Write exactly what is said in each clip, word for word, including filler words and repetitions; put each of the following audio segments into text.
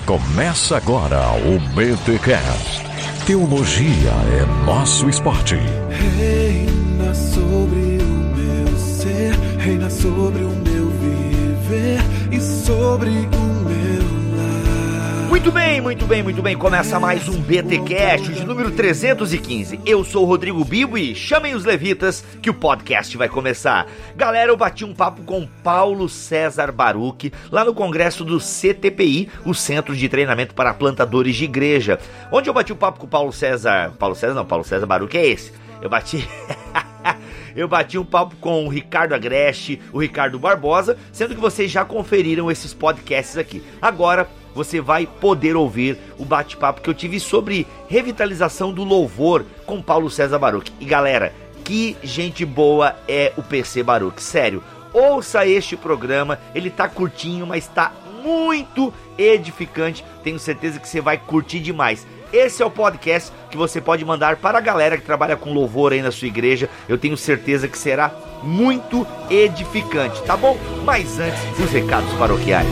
Começa agora o BTcast. Teologia é nosso esporte. Reina sobre o meu ser, reina sobre o meu viver e sobre o meu lar. Muito bem, muito bem, muito bem. Começa mais um BTcast de número trezentos e quinze. Eu sou o Rodrigo Bibo e chamem os levitas que o podcast vai começar. Galera, eu bati um papo com Paulo César Baruch lá no congresso do C T P I, o Centro de Treinamento para Plantadores de Igreja, onde eu bati um papo com o Paulo César... Paulo César não, Paulo César Baruch é esse. Eu bati... Eu bati um papo com o Ricardo Agreste, o Ricardo Barbosa, sendo que vocês já conferiram esses podcasts aqui. Agora você vai poder ouvir o bate-papo que eu tive sobre revitalização do louvor com Paulo César Baruch. E galera, que gente boa é o P C Baruch, sério. Ouça este programa, ele tá curtinho, mas tá muito edificante. Tenho certeza que você vai curtir demais. Esse é o podcast que você pode mandar para a galera que trabalha com louvor aí na sua igreja. Eu tenho certeza que será muito edificante, tá bom? Mas antes, os recados paroquiais.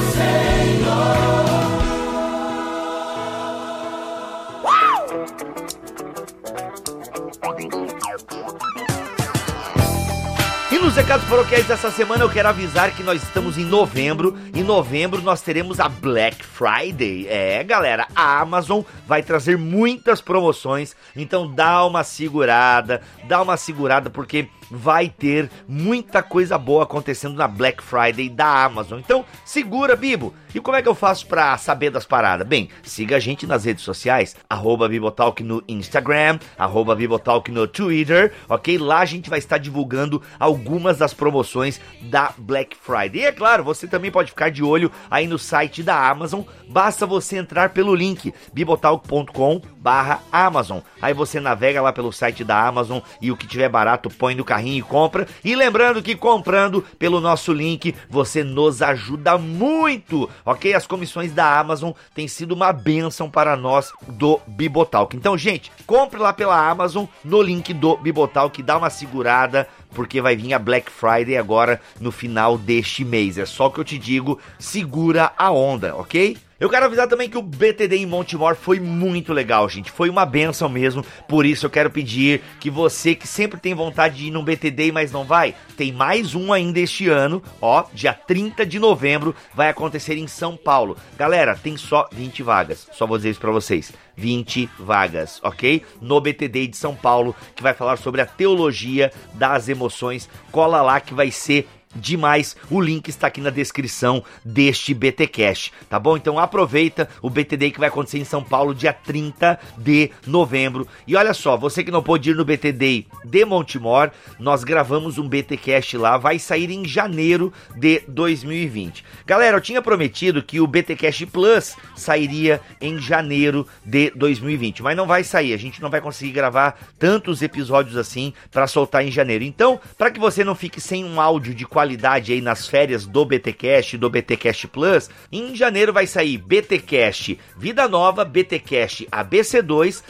E nos recados paroquiais dessa semana eu quero avisar que nós estamos em novembro. Em novembro nós teremos a Black Friday. É, galera, a Amazon vai trazer muitas promoções. Então dá uma segurada, dá uma segurada porque vai ter muita coisa boa acontecendo na Black Friday da Amazon. Então segura, Bibo. E como é que eu faço pra saber das paradas? Bem, siga a gente nas redes sociais, arroba Bibotalk no Instagram, arroba Bibotalk no Twitter, ok? Lá a gente vai estar divulgando algumas das promoções da Black Friday. E é claro, você também pode ficar de olho aí no site da Amazon, basta você entrar pelo link bibotalk ponto com barra Amazon. Aí você navega lá pelo site da Amazon e o que tiver barato põe no carrinho e compra. E lembrando que comprando pelo nosso link, você nos ajuda muito, ok? As comissões da Amazon têm sido uma bênção para nós do Bibotalk. Então, gente, compre lá pela Amazon no link do Bibotalk, dá uma segurada, porque vai vir a Black Friday agora no final deste mês. É só o que eu te digo, segura a onda, ok? Eu quero avisar também que o B T D em Montemor foi muito legal, gente. Foi uma benção mesmo. Por isso eu quero pedir que você que sempre tem vontade de ir no B T D, mas não vai, tem mais um ainda este ano, ó, dia trinta de novembro, vai acontecer em São Paulo. Galera, tem só vinte vagas. Só vou dizer isso pra vocês. vinte vagas, ok? No B T D de São Paulo, que vai falar sobre a teologia das emoções. Cola lá que vai ser demais, o link está aqui na descrição deste BTcast, tá bom? Então aproveita o B T D que vai acontecer em São Paulo dia trinta de novembro. E olha só, você que não pôde ir no B T D de Montemor, nós gravamos um BTcast lá, vai sair em janeiro de dois mil e vinte. Galera, eu tinha prometido que o BTcast Plus sairia em janeiro de dois mil e vinte, mas não vai sair, a gente não vai conseguir gravar tantos episódios assim para soltar em janeiro. Então, para que você não fique sem um áudio de qualidade qualidade aí nas férias do BTcast, do BTcast Plus, em janeiro vai sair BTcast Vida Nova, BTcast A B C dois,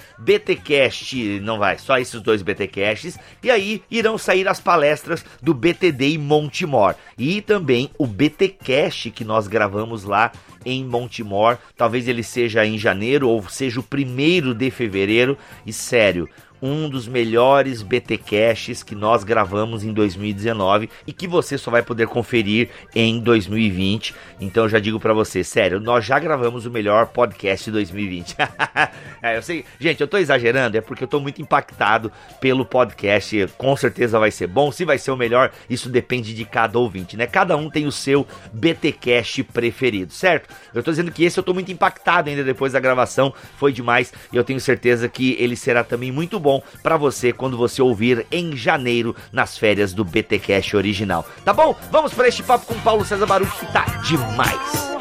BTcast, não vai, só esses dois BTcasts, e aí irão sair as palestras do B T D em Montemor, e também o BTcast que nós gravamos lá em Montemor, talvez ele seja em janeiro ou seja o primeiro de fevereiro, e sério, um dos melhores BTcasts que nós gravamos em dois mil e dezenove e que você só vai poder conferir em dois mil e vinte. Então eu já digo pra você, sério, nós já gravamos o melhor podcast de dois mil e vinte. É, eu sei, gente, eu tô exagerando, é porque eu tô muito impactado pelo podcast. Com certeza vai ser bom. Se vai ser o melhor, isso depende de cada ouvinte, né? Cada um tem o seu BTcast preferido, certo? Eu tô dizendo que esse eu tô muito impactado ainda depois da gravação, foi demais, e eu tenho certeza que ele será também muito bom para você quando você ouvir em janeiro nas férias do BTcast original. Tá bom? Vamos para este papo com o Paulo César Baruch que tá demais.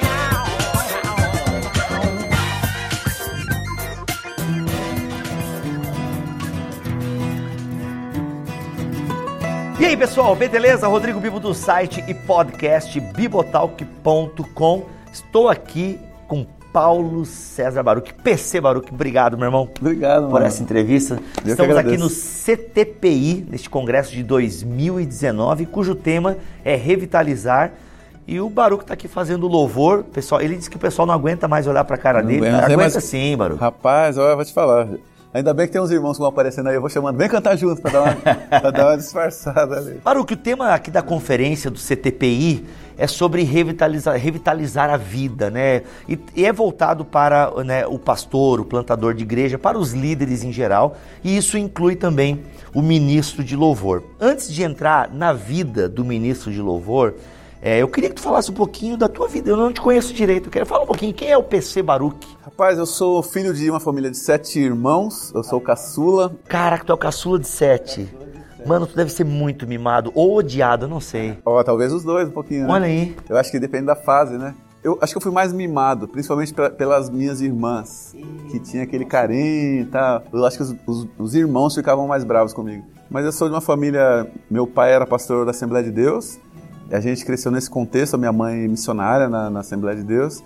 E aí pessoal, beleza? Rodrigo Bibo do site e podcast bibotalk ponto com. Estou aqui com Paulo César Baruch, P C Baruch, obrigado, meu irmão. Obrigado, por mano. essa entrevista. Eu Estamos aqui no C T P I, neste congresso de dois mil e dezenove, cujo tema é revitalizar. E o Baruch tá aqui fazendo louvor. Pessoal, ele disse que o pessoal não aguenta mais olhar pra cara Não dele. aguenta, Aguenta mas... sim, Baruch. Rapaz, olha, eu vou te falar. Ainda bem que tem uns irmãos que vão aparecendo aí, eu vou chamando, vem cantar junto pra dar uma, pra dar uma disfarçada ali. Baruch, o tema aqui da conferência do C T P I é sobre revitalizar, revitalizar a vida, né? E, e é voltado para, né, o pastor, o plantador de igreja, para os líderes em geral, e isso inclui também o ministro de louvor. Antes de entrar na vida do ministro de louvor, É, eu queria que tu falasse um pouquinho da tua vida. Eu não te conheço direito. Eu quero falar um pouquinho. Quem é o P C Baruch? Rapaz, eu sou filho de uma família de sete irmãos. Eu sou o caçula. Caraca, tu é o caçula de sete. Mano, tu deve ser muito mimado ou odiado, eu não sei. Ó, talvez os dois um pouquinho, né? Olha aí. Eu acho que depende da fase, né? Eu acho que eu fui mais mimado, principalmente pra, pelas minhas irmãs, que tinha aquele carinho e tal. Eu acho que os, os, os irmãos ficavam mais bravos comigo. Mas eu sou de uma família... Meu pai era pastor da Assembleia de Deus. A gente cresceu nesse contexto, a minha mãe missionária na, na Assembleia de Deus,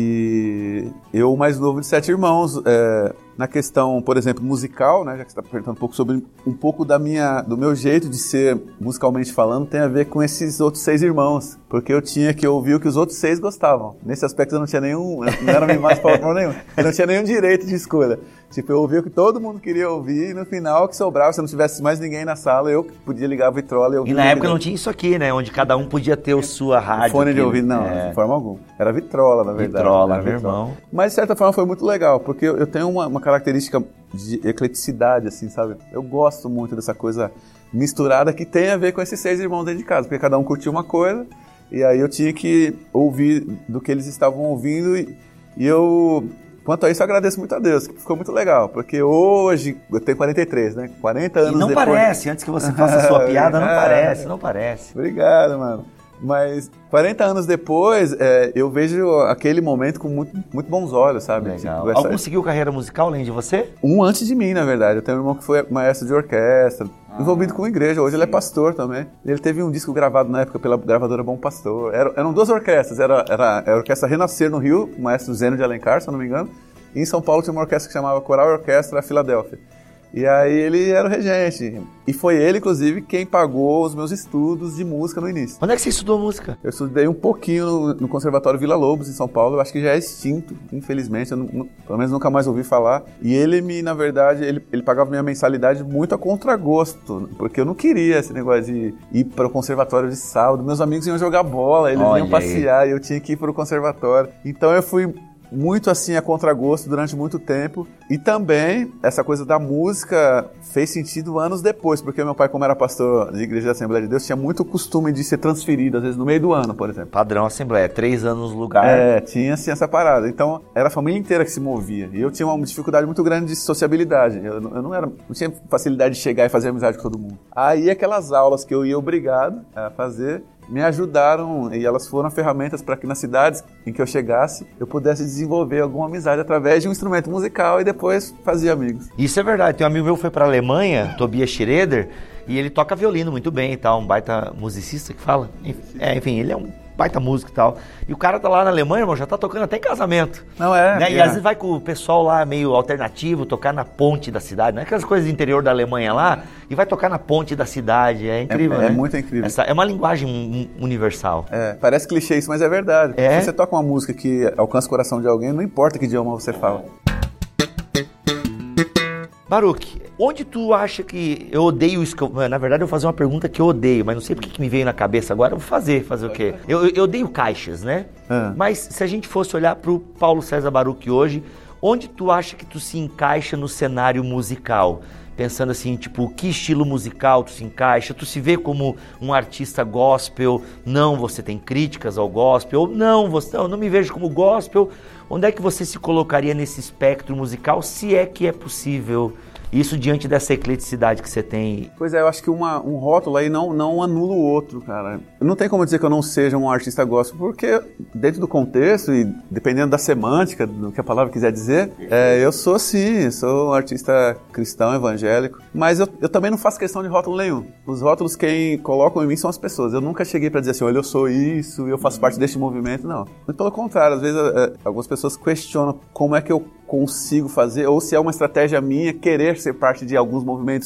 e eu, o mais novo de sete irmãos. É, na questão, por exemplo, musical, né, já que você está perguntando um pouco sobre um pouco da minha, do meu jeito de ser musicalmente falando, tem a ver com esses outros seis irmãos, porque eu tinha que ouvir o que os outros seis gostavam. Nesse aspecto eu não tinha nenhum, eu não era mimado de forma nenhuma, eu não tinha nenhum direito de escolha. Tipo, eu ouvia o que todo mundo queria ouvir e no final, o que sobrava, se não tivesse mais ninguém na sala, eu podia ligar a vitrola e ouvir. E na época não tinha isso aqui, né? Onde cada um podia ter a sua rádio. Fone aqui, de ouvido, não, é. de forma alguma. Era vitrola, na verdade. Vitrola, era meu vitrola. irmão. Mas, de certa forma, foi muito legal, porque eu tenho uma, uma característica de ecleticidade, assim, sabe? Eu gosto muito dessa coisa misturada que tem a ver com esses seis irmãos dentro de casa, porque cada um curtia uma coisa, e aí eu tinha que ouvir do que eles estavam ouvindo, e, e eu... Quanto a isso, eu agradeço muito a Deus, que ficou muito legal, porque hoje, eu tenho quarenta e três, né? quarenta anos E não depois... parece, antes que você faça a sua piada, não parece, não parece. Obrigado, mano. Mas quarenta anos depois, é, eu vejo aquele momento com muito, muito bons olhos, sabe? Legal. Tipo, essa... Algum seguiu carreira musical além de você? Um antes de mim, na verdade. Eu tenho um irmão que foi maestro de orquestra, ah, envolvido com a igreja. Hoje sim. Ele é pastor também. Ele teve um disco gravado na época pela gravadora Bom Pastor. Era, eram duas orquestras. Era, era a Orquestra Renascer no Rio, o maestro Zeno de Alencar, se eu não me engano. E em São Paulo tinha uma orquestra que chamava Coral e Orquestra Filadélfia. E aí ele era o regente. E foi ele, inclusive, quem pagou os meus estudos de música no início. Onde é que você estudou música? Eu estudei um pouquinho no, no Conservatório Vila Lobos, em São Paulo. Eu acho que já é extinto, infelizmente. Eu não, não, pelo menos nunca mais ouvi falar. E ele me, na verdade, ele, ele pagava minha mensalidade muito a contragosto. Porque eu não queria esse negócio de ir para o conservatório de sábado. Meus amigos iam jogar bola, eles Olha iam passear aí. E eu tinha que ir para o conservatório. Então eu fui... muito assim a contragosto durante muito tempo, e também essa coisa da música fez sentido anos depois, porque meu pai, como era pastor de igreja da Assembleia de Deus, tinha muito costume de ser transferido, às vezes no meio do ano, por exemplo. Padrão Assembleia, três anos no lugar. É, tinha assim essa parada, então era a família inteira que se movia, e eu tinha uma dificuldade muito grande de sociabilidade, eu, eu não, era, não tinha facilidade de chegar e fazer amizade com todo mundo. Aí aquelas aulas que eu ia obrigado a fazer, me ajudaram, e elas foram ferramentas para que nas cidades em que eu chegasse, eu pudesse desenvolver alguma amizade através de um instrumento musical e depois fazer amigos. Isso é verdade. Tem um amigo meu que foi para a Alemanha, Tobias Schroeder, e ele toca violino muito bem e tal, um baita musicista que fala. É, enfim, ele é um baita músico e tal. E o cara tá lá na Alemanha, irmão, já tá tocando até em casamento. Não é? Né? E é. às vezes vai com o pessoal lá meio alternativo, tocar na ponte da cidade, né? Aquelas coisas do interior da Alemanha lá, e vai tocar na ponte da cidade. É incrível, é, né? É muito incrível. Essa é uma linguagem universal. É, parece clichê isso, mas é verdade. É? Se você toca uma música que alcança o coração de alguém, não importa que idioma você fala. Baruch, onde tu acha que... Eu odeio isso, que eu, na verdade eu vou fazer uma pergunta que eu odeio, mas não sei porque que me veio na cabeça agora, eu vou fazer, fazer o quê? Eu, eu odeio caixas, né? Ah. Mas se a gente fosse olhar pro Paulo César Baruch hoje, onde tu acha que tu se encaixa no cenário musical? Pensando assim, tipo, que estilo musical tu se encaixa? Tu se vê como um artista gospel? Não, você tem críticas ao gospel? Ou não, você, não, eu não me vejo como gospel. Onde é que você se colocaria nesse espectro musical, se é que é possível isso diante dessa ecleticidade que você tem? Pois é, eu acho que uma, um rótulo aí não, não anula o outro, cara. Não tem como dizer que eu não seja um artista gospel, porque dentro do contexto e dependendo da semântica, do que a palavra quiser dizer, é, eu sou sim, sou um artista cristão, evangélico, mas eu, eu também não faço questão de rótulo nenhum. Os rótulos quem colocam em mim são as pessoas. Eu nunca cheguei pra dizer assim, olha, eu sou isso, eu faço parte deste movimento, não. Muito pelo contrário, às vezes é, algumas pessoas questionam como é que eu consigo fazer, ou se é uma estratégia minha querer ser parte de alguns movimentos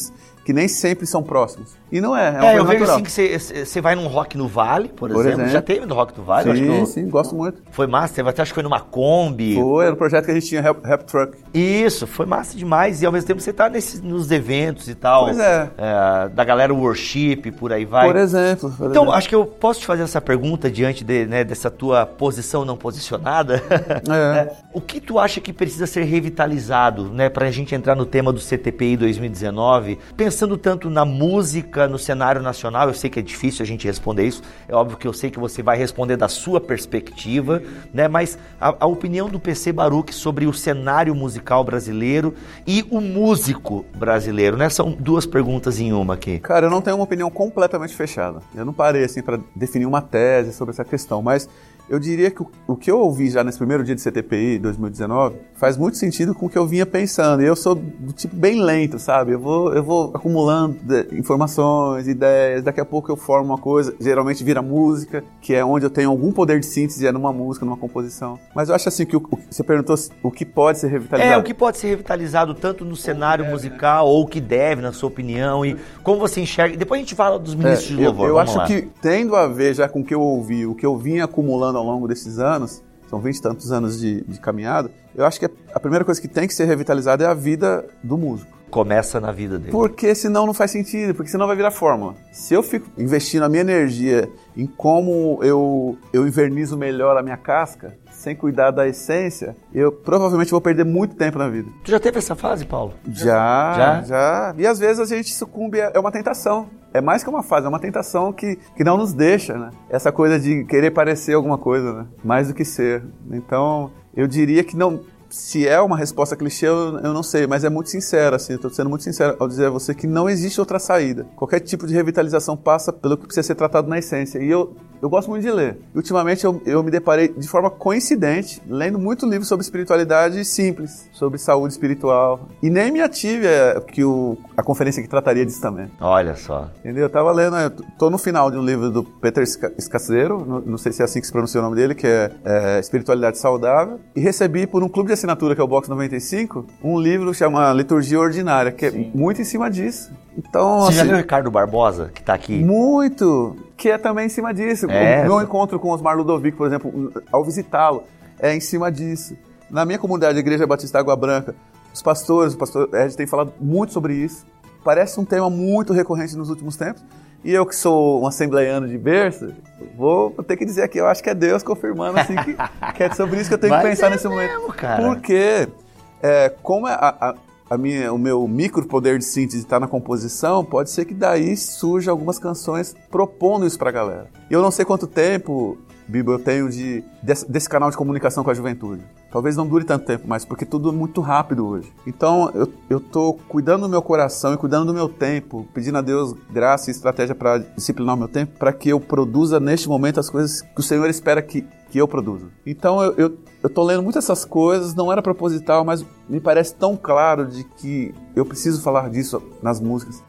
que nem sempre são próximos. E não é, é uma É, coisa eu vejo natural. assim que você você vai num Rock no Vale, por, Por exemplo. exemplo. Já teve no Rock no Vale? Sim, Eu acho que eu- sim, gosto muito. Foi massa, teve até acho que foi numa Kombi. Foi, era um projeto que a gente tinha, Rap, Rap Truck. Isso, foi massa demais. E ao mesmo tempo você tá nesses, nos eventos e tal. Pois é. É, da galera Worship, por aí vai. Por exemplo. por Então, exemplo. acho que eu posso te fazer essa pergunta diante de, né, dessa tua posição não posicionada. É. O que tu acha que precisa ser revitalizado, né, pra gente entrar no tema do C T P I dois mil e dezenove, pensando tanto na música, no cenário nacional? Eu sei que é difícil a gente responder isso, é óbvio que eu sei que você vai responder da sua perspectiva, né, mas a, a opinião do P C Baruch sobre o cenário musical brasileiro e o músico brasileiro, né, são duas perguntas em uma aqui. Cara, eu não tenho uma opinião completamente fechada. Eu não parei assim para definir uma tese sobre essa questão, mas eu diria que o, o que eu ouvi já nesse primeiro dia de C T P I dois mil e dezenove faz muito sentido com o que eu vinha pensando. E eu sou do tipo bem lento, sabe? Eu vou, eu vou acumulando de- informações, ideias, daqui a pouco eu formo uma coisa, geralmente vira música, que é onde eu tenho algum poder de síntese, é numa música, numa composição. Mas eu acho assim que o, o, você perguntou se- o que pode ser revitalizado. É, o que pode ser revitalizado tanto no cenário musical ou o que deve, na sua opinião, e como você enxerga. Depois a gente fala dos É, ministros de eu, louvor. eu vamos acho lá. que, tendo a ver já com o que eu ouvi, o que eu vinha acumulando ao longo desses anos, são vinte e tantos anos de, de caminhada, eu acho que a primeira coisa que tem que ser revitalizada é a vida do músico. Começa na vida dele. Porque senão não faz sentido, porque senão vai virar fórmula. Se eu fico investindo a minha energia em como eu, eu invernizo melhor a minha casca, sem cuidar da essência, eu provavelmente vou perder muito tempo na vida. Tu já teve essa fase, Paulo? Já, Já? já. E às vezes a gente sucumbe, é uma tentação. É mais que uma fase, é uma tentação que, que não nos deixa, né? Essa coisa de querer parecer alguma coisa, né? Mais do que ser. Então, eu diria que não... Se é uma resposta clichê, eu, eu não sei, mas é muito sincero, assim, eu tô sendo muito sincero ao dizer a você que não existe outra saída. Qualquer tipo de revitalização passa pelo que precisa ser tratado na essência. E eu, eu gosto muito de ler. E, ultimamente eu, eu me deparei de forma coincidente, lendo muito livro sobre espiritualidade simples, sobre saúde espiritual. E nem me ative é, que o, a conferência que trataria disso também. Olha só. Entendeu? Eu tava lendo, eu tô no final de um livro do Peter Scazzero, não, não sei se é assim que se pronuncia o nome dele, que é, é Espiritualidade Saudável, e recebi por um clube de assinatura, que é o Box noventa e cinco, um livro que chama Liturgia Ordinária, que é muito em cima disso. Então, Você já assim, leu o Ricardo Barbosa, que tá aqui? muito, que é também em cima disso. É. O meu encontro com Osmar Ludovic, por exemplo, ao visitá-lo, é em cima disso. Na minha comunidade, a Igreja Batista Água Branca, os pastores, o pastor Ed tem falado muito sobre isso. Parece um tema muito recorrente nos últimos tempos. E eu que sou um assembleiano de berço, vou ter que dizer que eu acho que é Deus confirmando assim, que, que é sobre isso que eu tenho Mas que pensar é nesse momento. mesmo, cara. Porque, é, como a, a, a minha, o meu micro poder de síntese está na composição, pode ser que daí surja algumas canções propondo isso pra galera. E eu não sei quanto tempo, Bibo, eu tenho de, desse, desse canal de comunicação com a juventude. Talvez não dure tanto tempo mais, porque tudo é muito rápido hoje. Então, eu, eu tô cuidando do meu coração e cuidando do meu tempo, pedindo a Deus graça e estratégia para disciplinar o meu tempo, para que eu produza neste momento as coisas que o Senhor espera que, que eu produza. Então, eu, eu, eu tô lendo muitas essas coisas, não era proposital, mas me parece tão claro de que eu preciso falar disso nas músicas.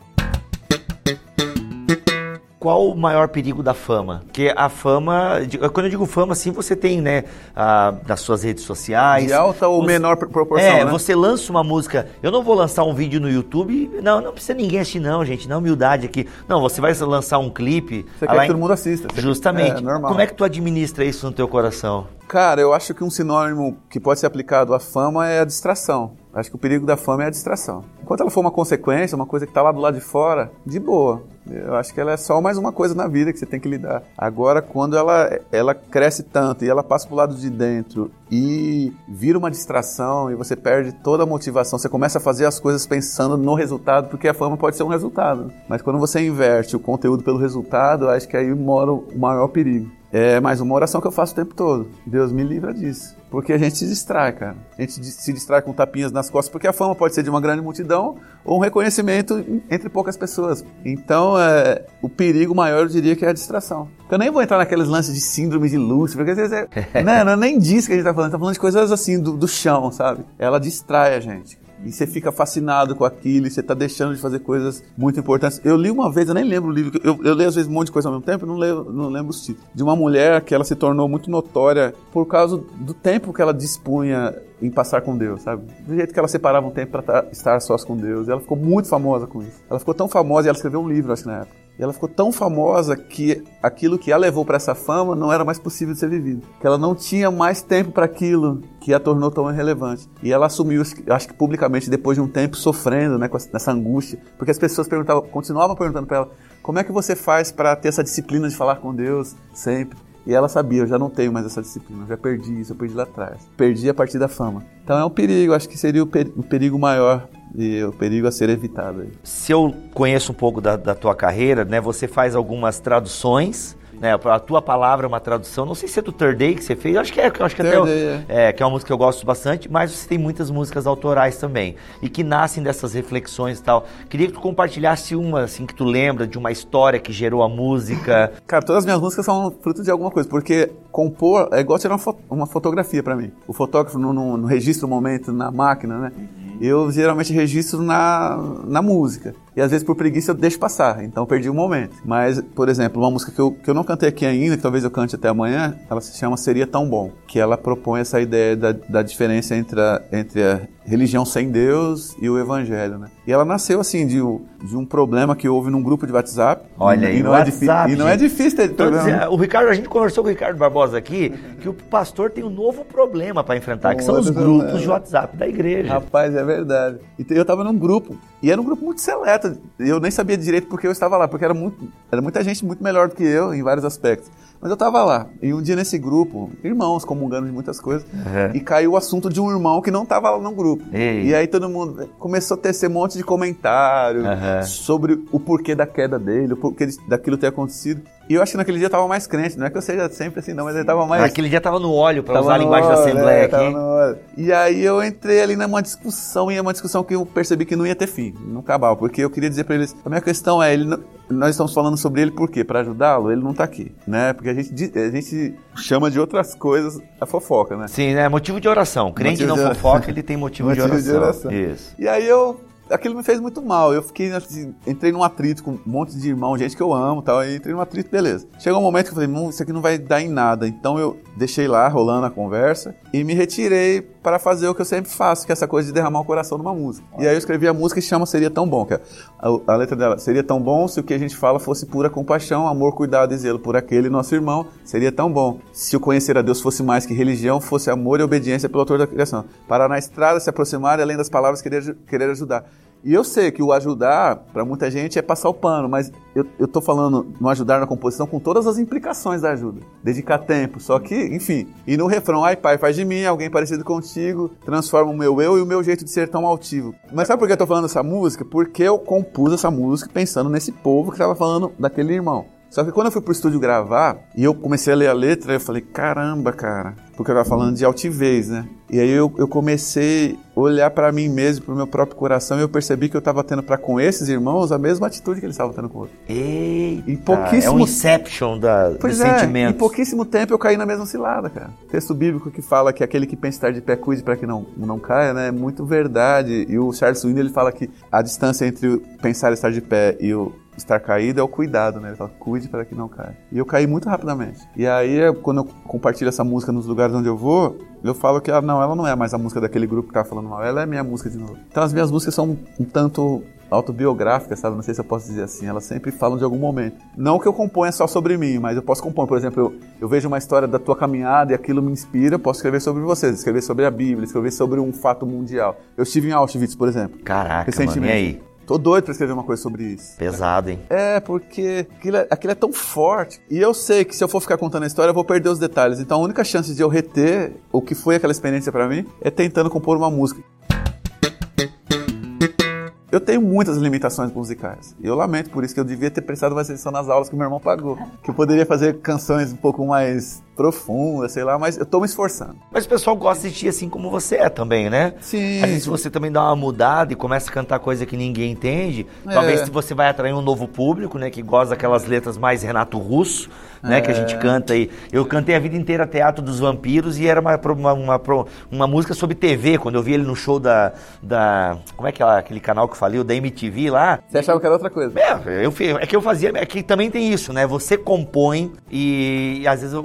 Qual o maior perigo da fama? Porque a fama, quando eu digo fama, assim, você tem, né, a, nas suas redes sociais... De alta ou você, menor proporção, É, né? você lança uma música, eu não vou lançar um vídeo no YouTube, não, não precisa ninguém assistir não, gente, não, humildade aqui. Não, você vai lançar um clipe... Você quer que todo mundo assista. Você Justamente. quer, é, normal. Como é que tu administra isso no teu coração? Cara, eu acho que um sinônimo que pode ser aplicado à fama é a distração. Acho que o perigo da fama é a distração. Enquanto ela for uma consequência, uma coisa que está lá do lado de fora, de boa. Eu acho que ela é só mais uma coisa na vida que você tem que lidar. Agora, quando ela, ela cresce tanto e ela passa pro lado de dentro e vira uma distração e você perde toda a motivação, você começa a fazer as coisas pensando no resultado, porque a fama pode ser um resultado. Mas quando você inverte o conteúdo pelo resultado, acho que aí mora o maior perigo. É mais uma oração que eu faço o tempo todo. Deus me livra disso. Porque a gente se distrai, cara. A gente se distrai com tapinhas nas costas, porque a fama pode ser de uma grande multidão ou um reconhecimento entre poucas pessoas. Então, é, o perigo maior, eu diria, que é a distração. Eu nem vou entrar naqueles lances de síndrome de Lúcifer, porque às vezes é... não, não é nem disso que a gente tá falando. A gente tá falando de coisas assim, do, do chão, sabe? Ela distrai a gente. E você fica fascinado com aquilo, e você tá deixando de fazer coisas muito importantes. Eu li uma vez, eu nem lembro o livro, eu, eu leio às vezes um monte de coisa ao mesmo tempo, eu não, leio, não lembro os títulos. De uma mulher que ela se tornou muito notória por causa do tempo que ela dispunha em passar com Deus, sabe? Do jeito que ela separava um tempo para estar sós com Deus. Ela ficou muito famosa com isso. Ela ficou tão famosa e ela escreveu um livro, acho que na época. E ela ficou tão famosa que aquilo que a levou para essa fama não era mais possível de ser vivido. Que ela não tinha mais tempo para aquilo que a tornou tão irrelevante. E ela assumiu, acho que publicamente, depois de um tempo sofrendo, né, com essa angústia. Porque as pessoas perguntavam, continuavam perguntando para ela, como é que você faz para ter essa disciplina de falar com Deus sempre? E ela sabia, eu já não tenho mais essa disciplina, eu já perdi isso, eu perdi lá atrás. Perdi a partir da fama. Então é um perigo, acho que seria o per- um perigo maior e o perigo a ser evitado. Aí. Se eu conheço um pouco da, da tua carreira, né, você faz algumas traduções, né, a tua palavra é uma tradução, não sei se é do Third Day que você fez, acho que é, acho que até Day, é. É, que é uma música que eu gosto bastante, mas você tem muitas músicas autorais também, e que nascem dessas reflexões e tal. Queria que tu compartilhasse uma, assim, que tu lembra de uma história que gerou a música. Cara, todas as minhas músicas são fruto de alguma coisa, porque compor é igual tirar uma, fo- uma fotografia pra mim. O fotógrafo não, não, não registra o momento na máquina, né? Eu geralmente registro na, na música. E às vezes por preguiça eu deixo passar, então eu perdi o momento. Mas, por exemplo, uma música que eu, que eu não cantei aqui ainda, que talvez eu cante até amanhã, ela se chama Seria Tão Bom. Que ela propõe essa ideia da, da diferença entre a, entre a religião sem Deus e o evangelho, né? E ela nasceu assim, de, de um problema que houve num grupo de WhatsApp. Olha aí, e não WhatsApp, é difícil, E não é difícil ter problema. Dizendo, o Ricardo, a gente conversou com o Ricardo Barbosa aqui, que o pastor tem um novo problema para enfrentar, que são os grupos de WhatsApp da igreja. Rapaz, é verdade. E eu tava num grupo, e era um grupo muito seleto. Eu nem sabia direito porque eu estava lá, porque era, muito, era muita gente muito melhor do que eu em vários aspectos. Mas eu tava lá, e um dia nesse grupo, irmãos comungando de muitas coisas, uhum. e caiu o assunto de um irmão que não tava lá no grupo. Ei. E aí todo mundo começou a tecer um monte de comentário uhum. sobre o porquê da queda dele, o porquê daquilo ter acontecido. E eu acho que naquele dia eu tava mais crente, não é que eu seja sempre assim não, mas ele tava mais... Naquele dia tava no óleo, pra tava usar a linguagem óleo, da Assembleia é, aqui. Tava no óleo. E aí eu entrei ali numa discussão, e é uma discussão que eu percebi que não ia ter fim, não acabava, porque eu queria dizer pra eles, a minha questão é, ele não, nós estamos falando sobre ele por quê? Pra ajudá-lo? Ele não tá aqui, né? Porque a gente, a gente chama de outras coisas a fofoca, né? Sim, é motivo de oração. Crente não de... fofoca, ele tem motivo, motivo de, oração. de oração. Isso. E aí eu... Aquilo me fez muito mal, eu fiquei, assim, entrei num atrito com um monte de irmão, gente que eu amo e tal, e entrei num atrito, beleza. Chegou um momento que eu falei, não, isso aqui não vai dar em nada, então eu deixei lá, rolando a conversa, e me retirei para fazer o que eu sempre faço, que é essa coisa de derramar o coração numa música. E aí eu escrevi a música que chama Seria Tão Bom, que é a, a letra dela, seria tão bom se o que a gente fala fosse pura compaixão, amor, cuidado e zelo por aquele nosso irmão, seria tão bom se o conhecer a Deus fosse mais que religião, fosse amor e obediência pelo autor da criação. Parar na estrada, se aproximar e além das palavras querer, querer ajudar. E eu sei que o ajudar, para muita gente, é passar o pano, mas eu, eu tô falando no ajudar na composição com todas as implicações da ajuda. Dedicar tempo, só que, enfim. E no refrão, ai pai, faz de mim alguém parecido contigo, transforma o meu eu e o meu jeito de ser tão altivo. Mas sabe por que eu tô falando essa música? Porque eu compus essa música pensando nesse povo que tava falando daquele irmão. Só que quando eu fui pro estúdio gravar, e eu comecei a ler a letra, eu falei, caramba, cara, porque eu tava falando de altivez, né? E aí eu, eu comecei a olhar pra mim mesmo, pro meu próprio coração, e eu percebi que eu tava tendo pra com esses irmãos a mesma atitude que eles estavam tendo com outros. Eita, em pouquíssimo... é um inception da, pois dos é, sentimentos. Em pouquíssimo tempo eu caí na mesma cilada, cara. O texto bíblico que fala que aquele que pensa estar de pé cuide para que não, não caia, né? É muito verdade. E o Charles Swindoll, ele fala que a distância entre o pensar estar de pé e o estar caído é o cuidado, né? Ele fala, cuide para que não caia. E eu caí muito rapidamente. E aí, quando eu compartilho essa música nos lugares onde eu vou, eu falo que ela não, ela não é mais a música daquele grupo que tá falando mal, ela é minha música de novo. Então as minhas músicas são um tanto autobiográficas, sabe? Não sei se eu posso dizer assim. Elas sempre falam de algum momento. Não que eu componha só sobre mim, mas eu posso compor. Por exemplo, eu, eu vejo uma história da tua caminhada e aquilo me inspira, eu posso escrever sobre você, escrever sobre a Bíblia, escrever sobre um fato mundial. Eu estive em Auschwitz, por exemplo. Caraca, recentemente. Mano, e aí? Tô doido pra escrever uma coisa sobre isso. Pesado, hein? É, porque aquilo é, aquilo é tão forte. E eu sei que se eu for ficar contando a história, eu vou perder os detalhes. Então a única chance de eu reter o que foi aquela experiência pra mim é tentando compor uma música. Eu tenho muitas limitações musicais. E eu lamento por isso, que eu devia ter prestado mais atenção nas aulas que meu irmão pagou. Que eu poderia fazer canções um pouco mais profundas, sei lá, mas eu tô me esforçando. Mas o pessoal gosta de ti assim como você é também, né? Sim. Às vezes você também dá uma mudada e começa a cantar coisa que ninguém entende, é. Talvez você vai atrair um novo público, né? Que gosta daquelas letras mais Renato Russo, né? É. Que a gente canta aí. Eu cantei a vida inteira Teatro dos Vampiros e era uma, uma, uma, uma música sobre T V, quando eu vi ele no show da... da como é que é aquele canal que faliu? Da M T V lá. Você achava que era outra coisa? É, eu, é que eu fazia... É que também tem isso, né? Você compõe e, e às vezes o, a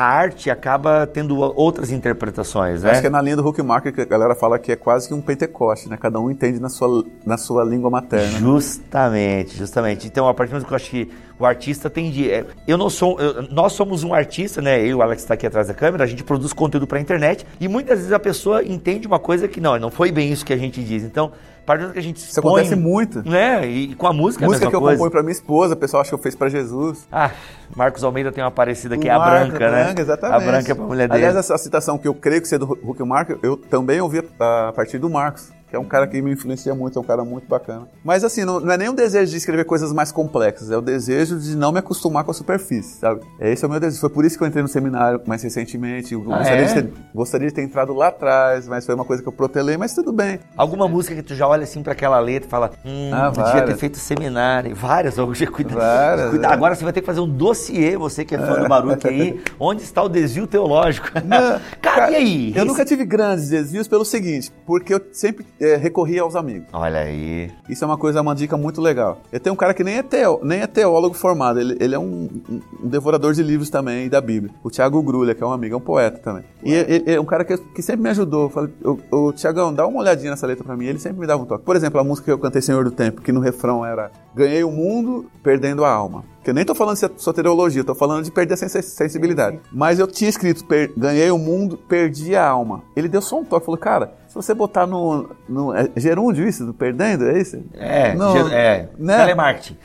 arte acaba tendo outras interpretações, né? Acho que é na linha do Hook Marker que a galera fala que é quase que um Pentecoste, né? Cada um entende na sua, na sua língua materna. Justamente, justamente. Então, a partir do momento que eu acho que o artista tem de... é, eu não sou... eu- nós somos um artista, né? Eu e o Alex está aqui atrás da câmera, a gente produz conteúdo para a internet e muitas vezes a pessoa entende uma coisa que não, não foi bem isso que a gente diz. Então, a partir do momento que a gente Isso acontece muito. né? E com a música é a Música mesma que eu coisa. componho pra minha esposa, o pessoal acha que eu fiz pra Jesus. Ah, Marcos Almeida tem uma parecida que O é a Marco, branca, né? branca, exatamente. A branca é pra mulher dele. Aliás, essa citação que eu creio que seja do Hook Marker, eu também ouvi a partir do Marcos, que é um cara que me influencia muito, é um cara muito bacana. Mas assim, não, não é nem um desejo de escrever coisas mais complexas, é o desejo de não me acostumar com a superfície, sabe? Esse é o meu desejo. Foi por isso que eu entrei no seminário mais recentemente. Eu Ah, gostaria, é? de ter, gostaria de ter entrado lá atrás, mas foi uma coisa que eu protelei, mas tudo bem. Alguma música que tu já olha assim pra aquela letra e fala, hum, Ah, eu devia várias. ter feito seminário. Várias, hoje cuida. Várias, cuida. é. Agora você vai ter que fazer um dossiê, você que é fã do Baruch aí, onde está o desvio teológico? Não, Cara, e aí? Eu nunca tive grandes desvios pelo seguinte, porque eu sempre eh, recorria aos amigos. Olha aí. Isso é uma coisa, uma dica muito legal. Eu tenho um cara que nem é, teo, nem é teólogo formado, ele, ele é um, um- um devorador de livros também, da Bíblia. O Thiago Grulha, que é um amigo, é um poeta também. E ele, ele é um cara que, que sempre me ajudou. Eu falei, ô, ô, Thiagão, dá uma olhadinha nessa letra pra mim. Ele sempre me dava um toque. Por exemplo, a música que eu cantei, Senhor do Tempo, que no refrão era ganhei o mundo perdendo a alma. Que eu nem tô falando de soteriologia, eu tô falando de perder a sens- sensibilidade. Mas eu tinha escrito, per- ganhei o mundo, perdi a alma. Ele deu só um toque, falou, cara, se você botar no... no é gerúndio isso, do perdendo, é isso? É, Não, ge- é, né? telemarketing.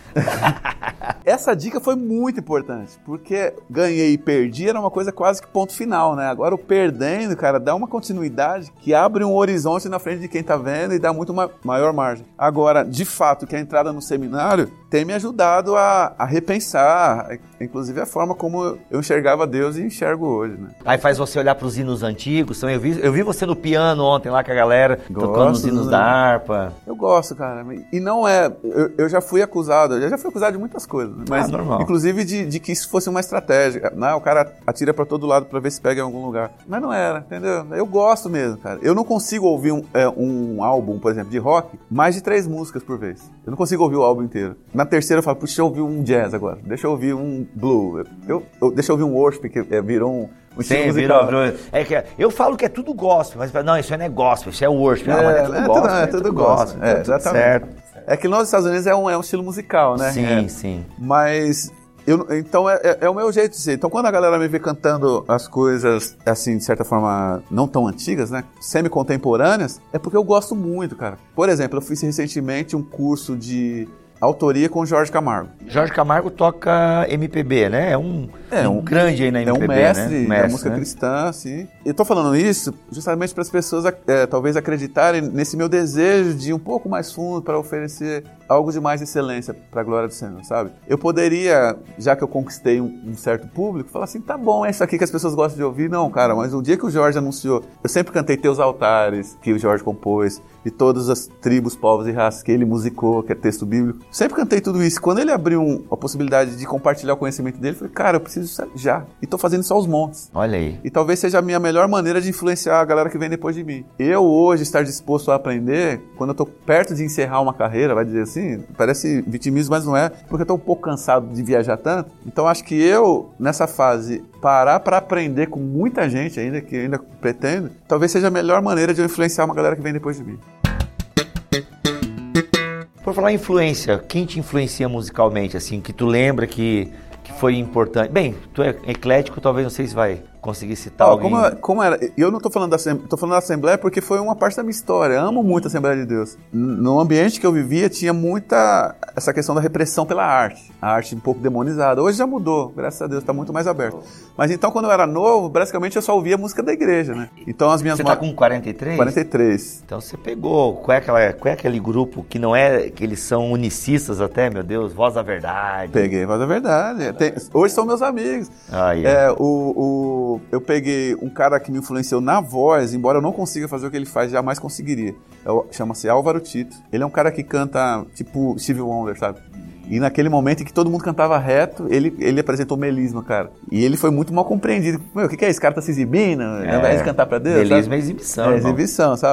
Essa dica foi muito importante, porque ganhei e perdi era uma coisa quase que ponto final, né? Agora o perdendo, cara, dá uma continuidade que abre um horizonte na frente de quem tá vendo e dá muito ma- maior margem. Agora, de fato, que a entrada no seminário tem me ajudado a, a repensar, inclusive a forma como eu enxergava Deus e enxergo hoje, né? Aí faz você olhar pros hinos antigos. Então eu vi, eu vi você no piano ontem lá com a galera, tocando os Gosto, hinos né? da harpa. Eu gosto, cara. E não é... Eu, eu já fui acusado, eu já fui acusado de muitas coisas, né? Mas, Ah, normal. inclusive de, de que isso fosse uma estratégia. Não, o cara atira pra todo lado pra ver se pega em algum lugar. Mas não era, entendeu? Eu gosto mesmo, cara. Eu não consigo ouvir um, é, um álbum, por exemplo, de rock, mais de três músicas por vez. Eu não consigo ouvir o álbum inteiro. Na terceira eu falo, puxa, deixa eu ouvir um jazz agora. Deixa eu ouvir um blue. Eu, eu, deixa eu ouvir um worship, que é, virou um... Um estilo Sim, musical. virou, virou. É que eu falo que é tudo gospel, mas não, isso não é gospel, isso é worship. Não, mas é tudo é, gospel. tudo, é, tudo gospel. É, tá tudo exatamente. certo. É que nos Estados Unidos é um, é um estilo musical, né? Sim, É. sim. Mas, eu, então é, é- é o meu jeito de ser. Então quando a galera me vê cantando as coisas, assim, de certa forma, não tão antigas, né? Semi-contemporâneas, é porque eu gosto muito, cara. Por exemplo, eu fiz recentemente um curso de autoria com Jorge Camargo. Jorge Camargo toca M P B, né? É um, É, um um- grande aí na É M P B, um mestre, né? da Mestre, música né? cristã, assim. Eu tô falando isso justamente para as pessoas é, talvez acreditarem nesse meu desejo de ir um pouco mais fundo para oferecer algo de mais excelência para a glória do Senhor, sabe? Eu poderia, já que eu conquistei um, um certo público, falar assim, tá bom, é isso aqui que as pessoas gostam de ouvir. Não, cara, mas o dia que o Jorge anunciou, eu sempre cantei Teus Altares, que o Jorge compôs, de todas as tribos, povos e raças que ele musicou, que é texto bíblico. Sempre cantei tudo isso. Quando ele abriu um, a possibilidade de compartilhar o conhecimento dele, eu falei, cara, eu preciso disso já. E tô fazendo isso aos montes. Olha aí. E talvez seja a minha melhor maneira de influenciar a galera que vem depois de mim. Eu hoje estar disposto a aprender, quando eu tô perto de encerrar uma carreira, vai dizer assim, parece vitimismo, mas não é, porque eu tô um pouco cansado de viajar tanto. Então acho que eu, nessa fase, parar para aprender com muita gente ainda, que ainda pretendo, talvez seja a melhor maneira de eu influenciar uma galera que vem depois de mim. Por falar em influência, quem te influencia musicalmente, assim, que tu lembra que, que foi importante? Bem, tu é eclético, talvez não sei se vai conseguir citar Ó, alguém. como, como era? Eu não tô falando da Assembleia, tô falando da Assembleia porque foi uma parte da minha história. Eu amo muito a Assembleia de Deus. N- No ambiente que eu vivia tinha muita essa questão da repressão pela arte. A arte um pouco demonizada. Hoje já mudou, graças a Deus, tá muito mais aberto. Mas então quando eu era novo, basicamente eu só ouvia música da igreja, né? Então as minhas Você ma- tá com quarenta e três? quarenta e três. Então você pegou, qual é, aquela, qual é aquele grupo que não é, que eles são unicistas até, meu Deus, Voz da Verdade. Peguei, mas é verdade. Tem- hoje são meus amigos. Aí. É, o, o, eu peguei um cara que me influenciou na voz, embora eu não consiga fazer o que ele faz, jamais conseguiria. É o- Chama-se Álvaro Tito. Ele é um cara que canta tipo Stevie Wonder, sabe? E naquele momento em que todo mundo cantava reto, ele, ele apresentou melisma, cara. E ele foi muito mal compreendido. Meu, o que, que é esse cara tá se exibindo? Ao invés de cantar pra Deus, Melisma sabe? é exibição, É irmão. exibição, sabe?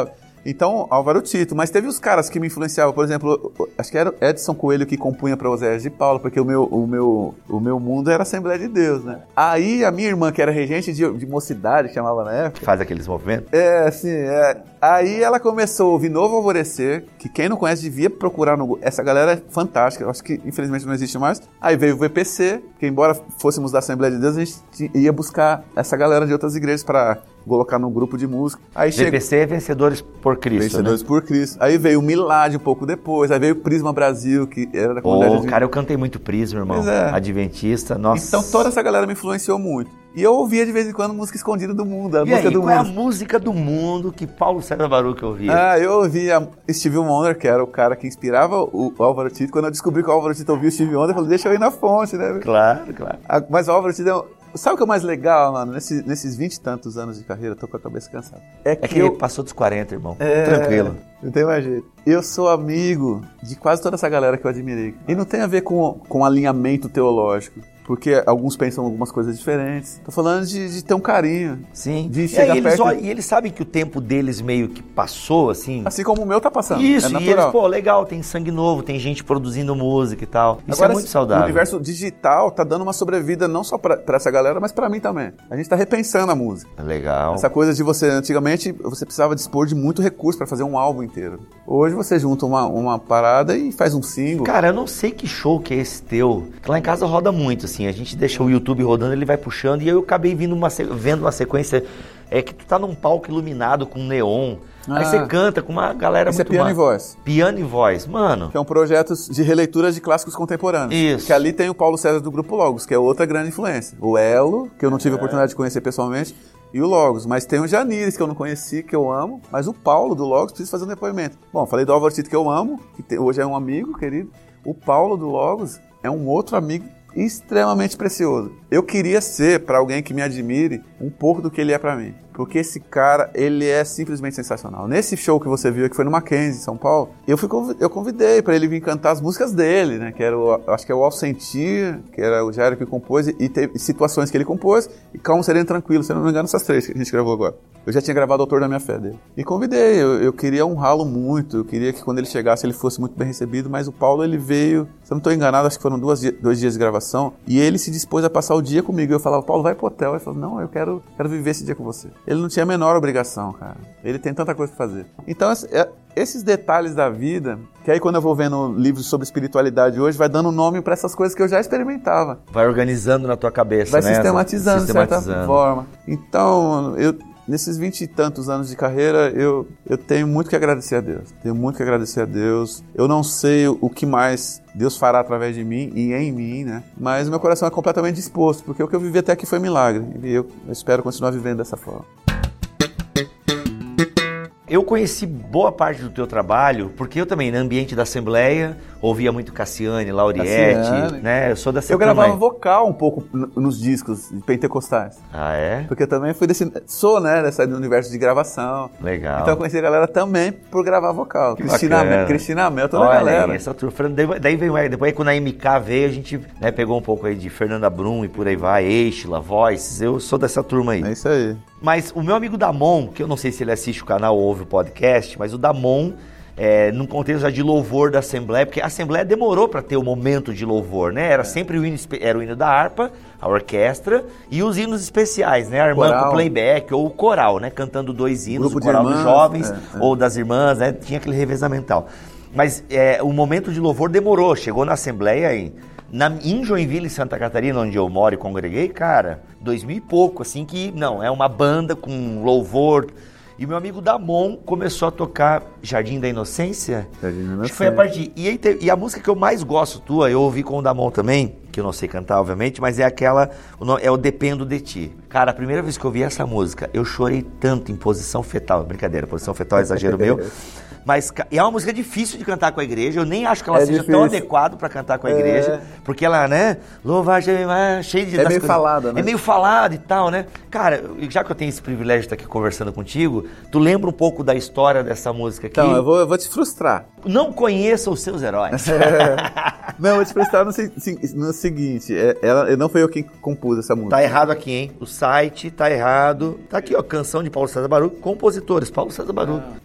Então, Álvaro Tito. Mas teve os caras que me influenciavam. Por exemplo, acho que era Edson Coelho que compunha para Oséias de Paula, porque o meu, o, meu, o meu mundo era Assembleia de Deus, né? Aí a minha irmã, que era regente de, de mocidade, que chamava na época... Faz aqueles movimentos? É, assim, é... Aí ela começou a ouvir Novo Alvorecer, que quem não conhece devia procurar no... Essa galera é fantástica, eu acho que infelizmente não existe mais. Aí veio o V P C, que embora fôssemos da Assembleia de Deus, a gente ia buscar essa galera de outras igrejas para colocar no grupo de música. Aí V P C é Vencedores por Cristo, Vencedores né? por Cristo. Aí veio o Milad um pouco depois, aí veio o Prisma Brasil, que era da comunidade... Pô, de... cara, eu cantei muito Prisma, irmão. É. Adventista, nossa. Então toda essa galera me influenciou muito. E eu ouvia de vez em quando música escondida do mundo. A e música aí, do qual mundo. é a música do mundo que Paulo César Baruch ouvia? Ah, eu ouvia Stevie Wonder, que era o cara que inspirava o Álvaro Tito. Quando eu descobri que o Álvaro Tito ouvia o Stevie Wonder, eu falei, deixa eu ir na fonte, né? Claro, claro. Mas o Álvaro Tito é um... Sabe o que é mais legal, mano? Nesse, nesses vinte e tantos anos de carreira, eu tô com a cabeça cansada. É que, é que eu... ele passou dos quarenta, irmão. É... Tranquilo. Não tem mais jeito. Eu sou amigo de quase toda essa galera que eu admirei. E não tem a ver com, com alinhamento teológico. Porque alguns pensam algumas coisas diferentes. Tô falando de, de ter um carinho. Sim. De chegar e, eles, perto... ó, e eles sabem que o tempo deles meio que passou, assim. Assim como o meu tá passando. Isso, é natural. E eles, pô, legal, tem sangue novo, tem gente produzindo música e tal. Isso Agora, é muito saudável. O universo digital tá dando uma sobrevida não só pra, pra essa galera, mas pra mim também. A gente tá repensando a música. Legal. Essa coisa de você, antigamente, você precisava dispor de muito recurso pra fazer um álbum inteiro. Hoje você junta uma, uma parada e faz um single. Cara, eu não sei que show que é esse teu. Que lá em casa roda muito, assim. A gente deixa o YouTube rodando, ele vai puxando. E eu acabei vindo uma, vendo uma sequência é que tu tá num palco iluminado com neon. Ah, aí você canta com uma galera muito... Esse é Piano e Voz. Piano e Voz, mano. Que é um projeto de releitura de clássicos contemporâneos. Isso. Que ali tem o Paulo César do Grupo Logos, que é outra grande influência. O Elo, que eu não tive a oportunidade de conhecer pessoalmente, e o Logos. Mas tem o Janires, que eu não conheci, que eu amo. Mas o Paulo do Logos precisa fazer um depoimento. Bom, falei do Álvaro Tito, que eu amo, que te, hoje é um amigo querido. O Paulo do Logos é um outro amigo extremamente precioso. Eu queria ser, para alguém que me admire, um pouco do que ele é para mim. Porque esse cara, ele é simplesmente sensacional. Nesse show que você viu, que foi no Mackenzie, em São Paulo, eu, fui, eu convidei para ele vir cantar as músicas dele, né? Que era o, acho que é o Ao Sentir, que era o Jairo que compôs, e teve situações que ele compôs, e Calmo, Sereno, Tranquilo, se eu não me engano, essas três que a gente gravou agora. Eu já tinha gravado o Autor da Minha Fé dele. E convidei, eu, eu queria honrá-lo muito, eu queria que quando ele chegasse ele fosse muito bem recebido, mas o Paulo, ele veio, se eu não estou enganado, acho que foram duas, dois dias de gravação, e ele se dispôs a passar o dia comigo. Eu falava, Paulo, vai pro hotel. Ele falou, não, eu quero, quero viver esse dia com você. Ele não tinha a menor obrigação, cara. Ele tem tanta coisa pra fazer. Então, esses detalhes da vida, que aí quando eu vou vendo livros sobre espiritualidade hoje, vai dando nome pra essas coisas que eu já experimentava. Vai organizando na tua cabeça, vai né? Sistematizando, sistematizando, de certa forma. Então, eu... Nesses vinte e tantos anos de carreira, eu, eu tenho muito que agradecer a Deus. Tenho muito que agradecer a Deus. Eu não sei o que mais Deus fará através de mim e em mim, né? Mas o meu coração é completamente disposto, porque o que eu vivi até aqui foi milagre. E eu, eu espero continuar vivendo dessa forma. Eu conheci boa parte do teu trabalho, porque eu também, no ambiente da Assembleia, ouvia muito Cassiane, Lauriette, Cassiane. Né? Eu sou dessa Eu gravava também. vocal um pouco nos discos pentecostais. Ah, é? Porque eu também fui desse... Sou, né, desse universo de gravação. Legal. Então eu conheci a galera também por gravar vocal. Que Cristina, Mel, Cristina Mel, toda Olha a galera. Aí, essa turma. Daí veio, depois quando a M K veio, a gente, né, pegou um pouco aí de Fernanda Brum e por aí vai, Eixla, Voices. Eu sou dessa turma aí. É isso aí. Mas o meu amigo Damon, que eu não sei se ele assiste o canal ou ouve o podcast, mas o Damon, é, num contexto já de louvor da Assembleia, porque a Assembleia demorou para ter o momento de louvor, né? Era sempre o hino, era o hino da harpa, a orquestra, e os hinos especiais, né? A irmã com playback, ou o coral, né? Cantando dois hinos, Grupo o coral de irmãs, dos jovens, é, é. ou das irmãs, né? Tinha aquele revezamental. Mas é, o momento de louvor demorou, chegou na Assembleia aí. Na, em Joinville, Santa Catarina, onde eu moro e congreguei, cara, dois mil e pouco, assim, que, não, é uma banda com louvor. E meu amigo Damon começou a tocar Jardim da Inocência. Jardim da Inocência. Acho que foi a partir... E, aí te, e a música que eu mais gosto tua, eu ouvi com o Damon também, que eu não sei cantar, obviamente, mas é aquela, é o Dependo de Ti. Cara, a primeira vez que eu ouvi essa música, eu chorei tanto em posição fetal. Brincadeira, posição fetal é exagero meu. Mas e é uma música difícil de cantar com a igreja. Eu nem acho que ela é seja difícil. Tão adequada para cantar com a igreja. É. Porque ela, né? Louvar, cheia de... É meio falada, né? É meio falada e tal, né? Cara, já que eu tenho esse privilégio de estar aqui conversando contigo, tu lembra um pouco da história dessa música aqui? Então, eu vou, eu vou te frustrar. Não conheça os seus heróis. É. Não, eu vou te frustrar no, no seguinte. Ela, não foi eu quem compus essa música. Tá errado aqui, hein? O site tá errado. Tá aqui, ó. Canção de Paulo César Baruch. Compositores, Paulo César Baruch.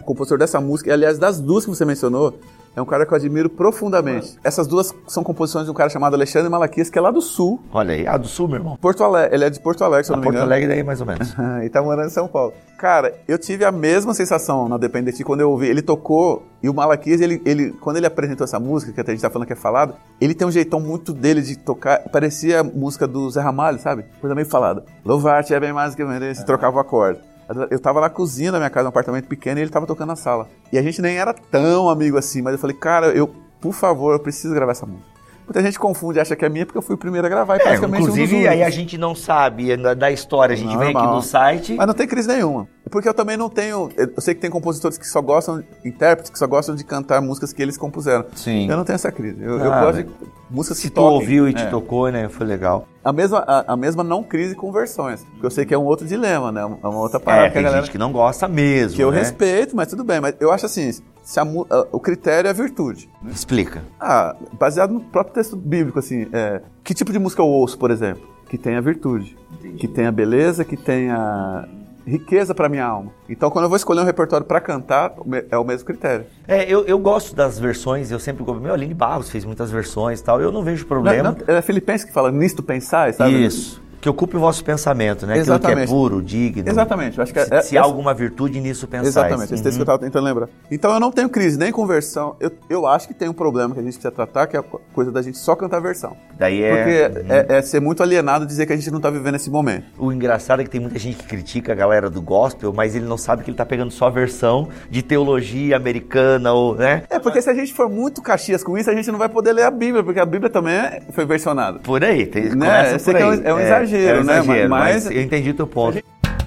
o compositor dessa música, e aliás, das duas que você mencionou, é um cara que eu admiro profundamente. Essas duas são composições de um cara chamado Alexandre Malaquias, que é lá do Sul. Olha aí, ah, do Sul, meu irmão. Porto Alegre, ele é de Porto Alegre, se eu não me engano. Porto Alegre daí, mais ou menos. E tá morando em São Paulo. Cara, eu tive a mesma sensação na Depende de Ti quando eu ouvi. Ele tocou, e o Malaquias, ele, ele, quando ele apresentou essa música, que até a gente tá falando que é falado, ele tem um jeitão muito dele de tocar, parecia a música do Zé Ramalho, sabe? Coisa meio falada. Louvar-te é bem mais do que eu mereço, e trocava o acorde. Eu tava na cozinha da minha casa, num apartamento pequeno, e ele tava tocando na sala. E a gente nem era tão amigo assim, mas eu falei, cara, eu, por favor, eu preciso gravar essa música. Muita gente confunde, acha que é minha, porque eu fui o primeiro a gravar, e é, praticamente inclusive, um dos aí a gente não sabe da história, a gente Normal. vem aqui no site... Mas não tem crise nenhuma. Porque eu também não tenho... Eu sei que tem compositores que só gostam, intérpretes que só gostam de cantar músicas que eles compuseram. Sim. Eu não tenho essa crise. Eu, Ah, eu gosto velho. de músicas Se que tu toquem. ouviu e te É. tocou, né, foi legal. A mesma, a, a mesma não crise com versões. Porque eu sei que é um outro dilema, né? É uma outra parada É, que tem a galera... gente que não gosta mesmo, Que eu né? respeito, mas tudo bem. Mas eu acho assim, se a mu- a- o critério é a virtude. Explica. Ah, baseado no próprio texto bíblico, assim, é, que tipo de música eu ouço, por exemplo? Que tenha virtude, que tenha beleza, que tenha riqueza pra minha alma. Então, quando eu vou escolher um repertório pra cantar, o me- é o mesmo critério. É, eu, eu gosto das versões, eu sempre... Meu, Aline Barros fez muitas versões e tal, eu não vejo problema. Não, não, é Filipenses que fala, nisto pensai, sabe? Isso. Que ocupe o vosso pensamento, né? Aquilo que Exatamente. é puro, digno. Exatamente. Eu acho que é, Se, é, se há alguma virtude nisso pensais. Exatamente, esse texto que eu estava tentando lembrar. Então eu não tenho crise nem com versão. Eu, eu acho que tem um problema que a gente precisa tratar, que é a coisa da gente só cantar versão. Daí é... Porque é, é ser muito alienado dizer que a gente não está vivendo esse momento. O engraçado é que tem muita gente que critica a galera do gospel, mas ele não sabe que ele tá pegando só a versão de teologia americana, ou, né? É, porque se a gente for muito caxias com isso, a gente não vai poder ler a Bíblia, porque a Bíblia também é- foi versionada. Por aí, tem, Né? começa Eu sei por que é um- aí. é um exagero, é um né? exagero, mas... Mas- eu entendi o teu ponto.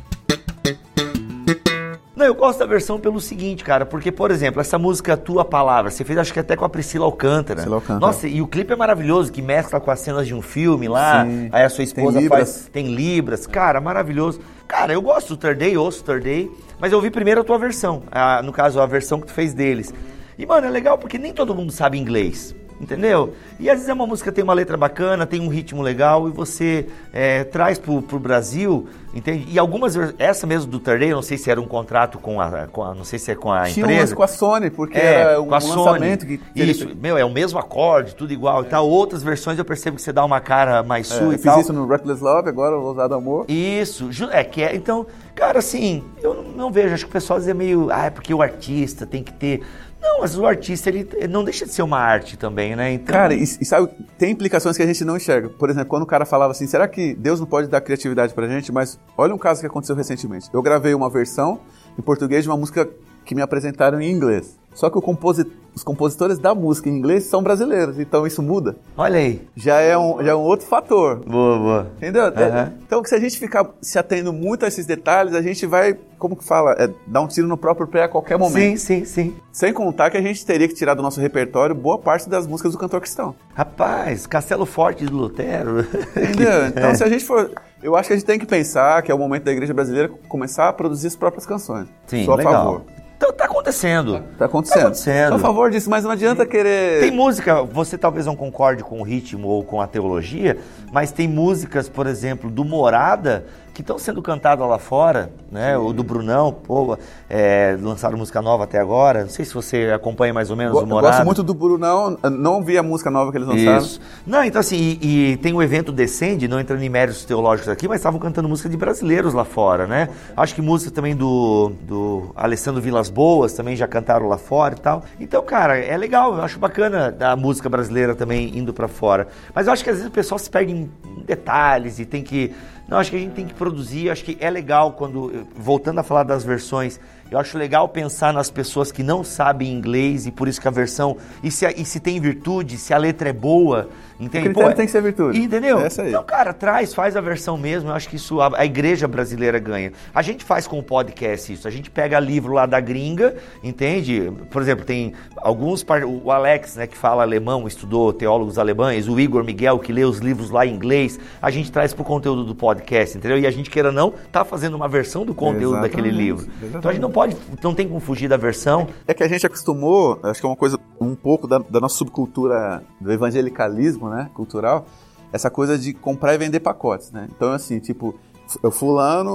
Não, eu gosto da versão pelo seguinte, cara, porque, por exemplo, essa música Tua Palavra, você fez acho que até com a Priscila Alcântara. Priscila Alcântara. Nossa, e o clipe é maravilhoso, que mescla com as cenas de um filme lá, Sim. aí a sua esposa Tem libras. faz... Tem libras. Cara, maravilhoso. Cara, eu gosto do Third Day, ouço o Third Day, mas eu ouvi primeiro a tua versão, a, no caso, a versão que tu fez deles. E, mano, é legal porque nem todo mundo sabe inglês. Entendeu? E às vezes é uma música que tem uma letra bacana, tem um ritmo legal e você é, traz pro, pro Brasil, entende? E algumas vezes, essa mesmo do Third Day, eu não sei se era um contrato com a, com a não sei se é com a Tinha empresa. umas com a Sony, porque É, era um com a lançamento Sony. que... que ele- Isso, meu, é o mesmo acorde, tudo igual e tal. Outras versões eu percebo que você dá uma cara mais É, sua eu e fiz tal. isso no Reckless Love, agora o Ousado Amor. Isso, ju- é que é. Então, cara, assim, eu não, não vejo, acho que o pessoal diz meio, ah, é porque o artista tem que ter. Não, mas o artista, ele, ele não deixa de ser uma arte também, né? Então, Cara, e, e sabe, tem implicações que a gente não enxerga. Por exemplo, quando o cara falava assim, será que Deus não pode dar criatividade pra gente? Mas olha um caso que aconteceu recentemente. Eu gravei uma versão em português de uma música que me apresentaram em inglês. Só que o composi- os compositores da música em inglês são brasileiros, então isso muda. olha aí. Já é um, já é um outro fator. Boa, boa. Entendeu? Aham. Então, se a gente ficar se atendo muito a esses detalhes, a gente vai, como que fala, é, dar um tiro no próprio pé a qualquer momento. Sim, sim, sim. Sem contar que a gente teria que tirar do nosso repertório boa parte das músicas do cantor cristão. Rapaz, Castelo Forte do Lutero. Entendeu? Então, É. se a gente for... Eu acho que a gente tem que pensar que é o momento da igreja brasileira começar a produzir as próprias canções. Sim, Sou a legal. favor. Então tá acontecendo. Tá acontecendo. Tá acontecendo. Sou a favor disso, mas não adianta querer... Tem música, você talvez não concorde com o ritmo ou com a teologia, mas tem músicas, por exemplo, do Morada, que estão sendo cantadas lá fora, né? O do Brunão, pô, é, lançaram música nova até agora. Não sei se você acompanha mais ou menos Go- o Morada. Gosto muito do Brunão, não vi a música nova que eles lançaram. Isso. Não, então assim, e, e tem o evento Descende, não entrando em méritos teológicos aqui, mas estavam cantando música de brasileiros lá fora, né? Acho que música também do, do Alessandro Vilas Boas também já cantaram lá fora e tal. Então, cara, é legal, eu acho bacana a música brasileira também indo pra fora. Mas eu acho que às vezes o pessoal se perde em detalhes e tem que... Não, acho que a gente tem que produzir, acho que é legal quando, voltando a falar das versões, eu acho legal pensar nas pessoas que não sabem inglês e por isso que a versão, e se, a- e se tem virtude, se a letra é boa, entende? O critério tem que ser virtude. Entendeu? Essa aí. Então, cara, traz, faz a versão mesmo, eu acho que isso a, a igreja brasileira ganha. A gente faz com o podcast isso, a gente pega livro lá da gringa, entende? Por exemplo, tem alguns, par- o Alex, né, que fala alemão, estudou teólogos alemães, o Igor Miguel, que lê os livros lá em inglês, a gente traz pro conteúdo do podcast, entendeu? E a gente, queira ou não, tá fazendo uma versão do conteúdo Exatamente, daquele livro. exatamente. Então a gente não pode, não tem como fugir da versão. É que a gente acostumou, acho que é uma coisa, um pouco da, da nossa subcultura do evangelicalismo, né, cultural, essa coisa de comprar e vender pacotes, né? Então, assim, tipo, o fulano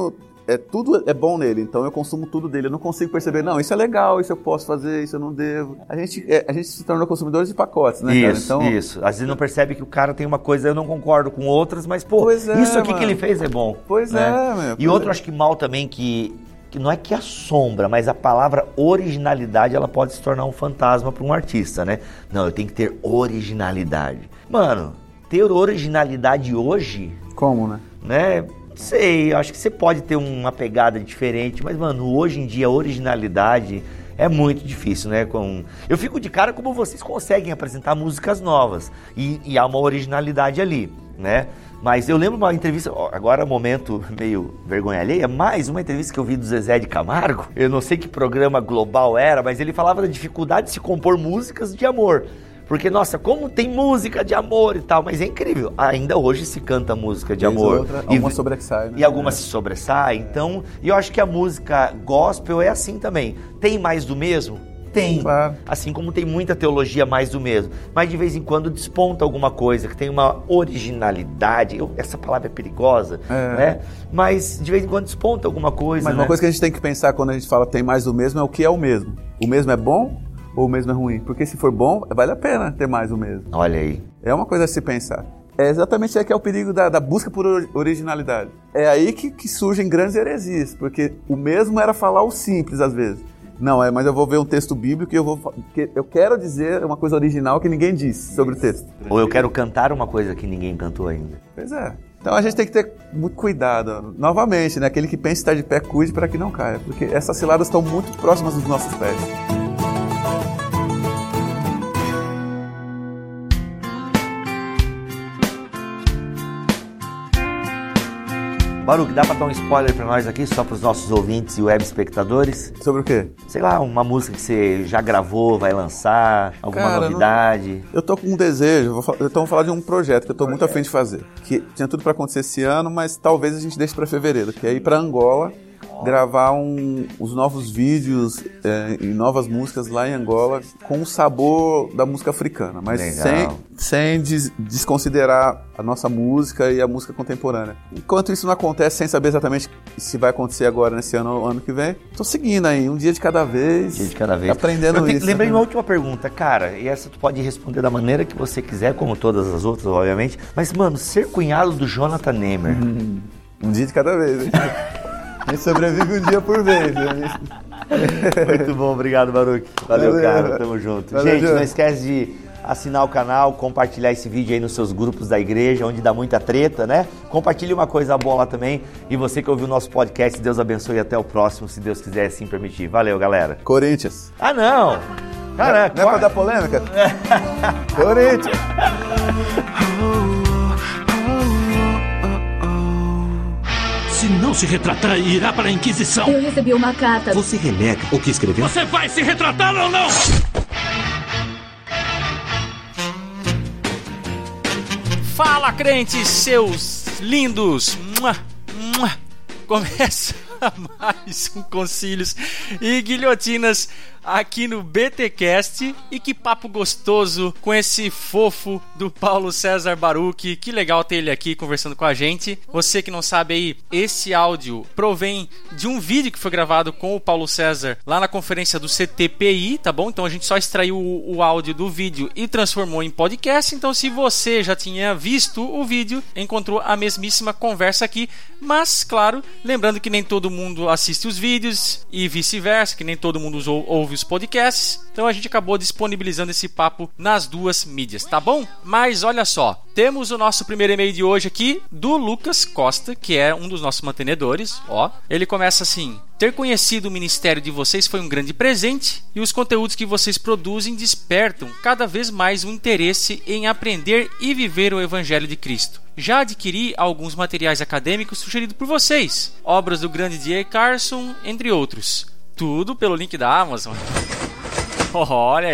é, tudo é bom nele, então eu consumo tudo dele. Eu não consigo perceber, não, isso é legal, isso eu posso fazer, isso eu não devo. A gente, é, a gente se tornou consumidores de pacotes, né, isso, cara? Então, isso. Às vezes não percebe que o cara tem uma coisa, eu não concordo com outras, mas, pô, Pois é, isso aqui mano. que ele fez é bom. Pois né? é, meu. E outro, acho que mal também, que, que não é que assombra, mas a palavra originalidade, ela pode se tornar um fantasma para um artista, né? Não, eu tenho que ter originalidade. Mano, ter originalidade hoje, Como, né? né? Sei, eu acho que você pode ter uma pegada diferente, mas, mano, hoje em dia a originalidade é muito difícil, né? Com... Eu fico de cara como vocês conseguem apresentar músicas novas e, e há uma originalidade ali, né? Mas eu lembro uma entrevista, agora momento meio vergonha alheia, mais uma entrevista que eu vi do Zezé de Camargo, eu não sei que programa global era, mas ele falava da dificuldade de se compor músicas de amor. Porque, nossa, como tem música de amor e tal, mas é incrível. Ainda hoje se canta música de Vez amor. outra, e alguma sobressai, né? E algumas se sobressai. Então, e eu acho que a música gospel é assim também. Tem mais do mesmo? Tem. Claro. Assim como tem muita teologia mais do mesmo. Mas de vez em quando desponta alguma coisa que tem uma originalidade. Eu, essa palavra é perigosa, É. né? Mas de vez em quando desponta alguma coisa, Mas né? uma coisa que a gente tem que pensar quando a gente fala tem mais do mesmo é o que é o mesmo. O mesmo é bom ou o mesmo é ruim? Porque se for bom, vale a pena ter mais do mesmo. Olha aí. É uma coisa a se pensar. É exatamente aí que é o perigo da, da busca por originalidade. É aí que, que surgem grandes heresias, porque o mesmo era falar o simples às vezes. Não, é, mas eu vou ver um texto bíblico e eu vou que eu quero dizer uma coisa original que ninguém disse sobre o texto. Ou eu quero cantar uma coisa que ninguém cantou ainda. Pois é. Então a gente tem que ter muito cuidado. Novamente, né? Aquele que pensa estar de pé, cuide para que não caia, porque essas ciladas estão muito próximas dos nossos pés. Baruch, dá pra dar um spoiler pra nós aqui, só pros nossos ouvintes e web espectadores? Sobre o quê? Sei lá, uma música que você já gravou, vai lançar, alguma Cara, novidade? Eu tô com um desejo, vou falar, então vou falar de um projeto que eu tô muito afim de fazer. Que tinha tudo pra acontecer esse ano, mas talvez a gente deixe pra fevereiro, que é ir pra Angola, gravar um, os novos vídeos é, e novas músicas lá em Angola com o sabor da música africana, mas Legal. sem, sem des, desconsiderar a nossa música e a música contemporânea. Enquanto isso não acontece, sem saber exatamente se vai acontecer agora, nesse ano ou ano que vem, tô seguindo aí, um dia de cada vez, Um dia de cada vez. aprendendo Eu te, isso. lembrei né? uma última pergunta, cara, e essa tu pode responder da maneira que você quiser, como todas as outras, obviamente, mas, mano, ser cunhado do Jonathan Nehmer... Hum, um dia de cada vez, hein? A gente sobrevive um dia por vez. Né? Muito bom, obrigado, Baruch. Valeu, Valeu. cara, tamo junto. Valeu, Gente, João. não esquece de assinar o canal, compartilhar esse vídeo aí nos seus grupos da igreja, onde dá muita treta, né? Compartilhe uma coisa boa lá também. E você que ouviu o nosso podcast, Deus abençoe e até o próximo, se Deus quiser assim permitir. Valeu, galera. Corinthians. Ah, não! Caraca, Não é pra dar polêmica? Corinthians. Se não se retratar, irá para a Inquisição. Eu recebi uma carta. Você renega o que escreveu? Você vai se retratar ou não? Fala, crentes, seus lindos! Mua, mua. Começa mais um Concílios e Guilhotinas aqui no BTcast. E que papo gostoso com esse fofo do Paulo César Baruch. Que legal ter ele aqui conversando com a gente. Você que não sabe aí, esse áudio provém de um vídeo que foi gravado com o Paulo César lá na conferência do C T P I, tá bom? Então a gente só extraiu o, o áudio do vídeo e transformou em podcast. Então se você já tinha visto o vídeo, encontrou a mesmíssima conversa aqui. Mas, claro, lembrando que nem todo mundo assiste os vídeos e vice-versa, que nem todo mundo ou, ouve os podcasts. Então a gente acabou disponibilizando esse papo nas duas mídias, tá bom? Mas olha só, temos o nosso primeiro e-mail de hoje aqui do Lucas Costa, que é um dos nossos mantenedores. Ó, ele começa assim: ter conhecido o ministério de vocês foi um grande presente e os conteúdos que vocês produzem despertam cada vez mais um interesse em aprender e viver o Evangelho de Cristo. Já adquiri alguns materiais acadêmicos sugeridos por vocês, obras do grande D A Carson, entre outros. Tudo pelo link da Amazon. Olha aí.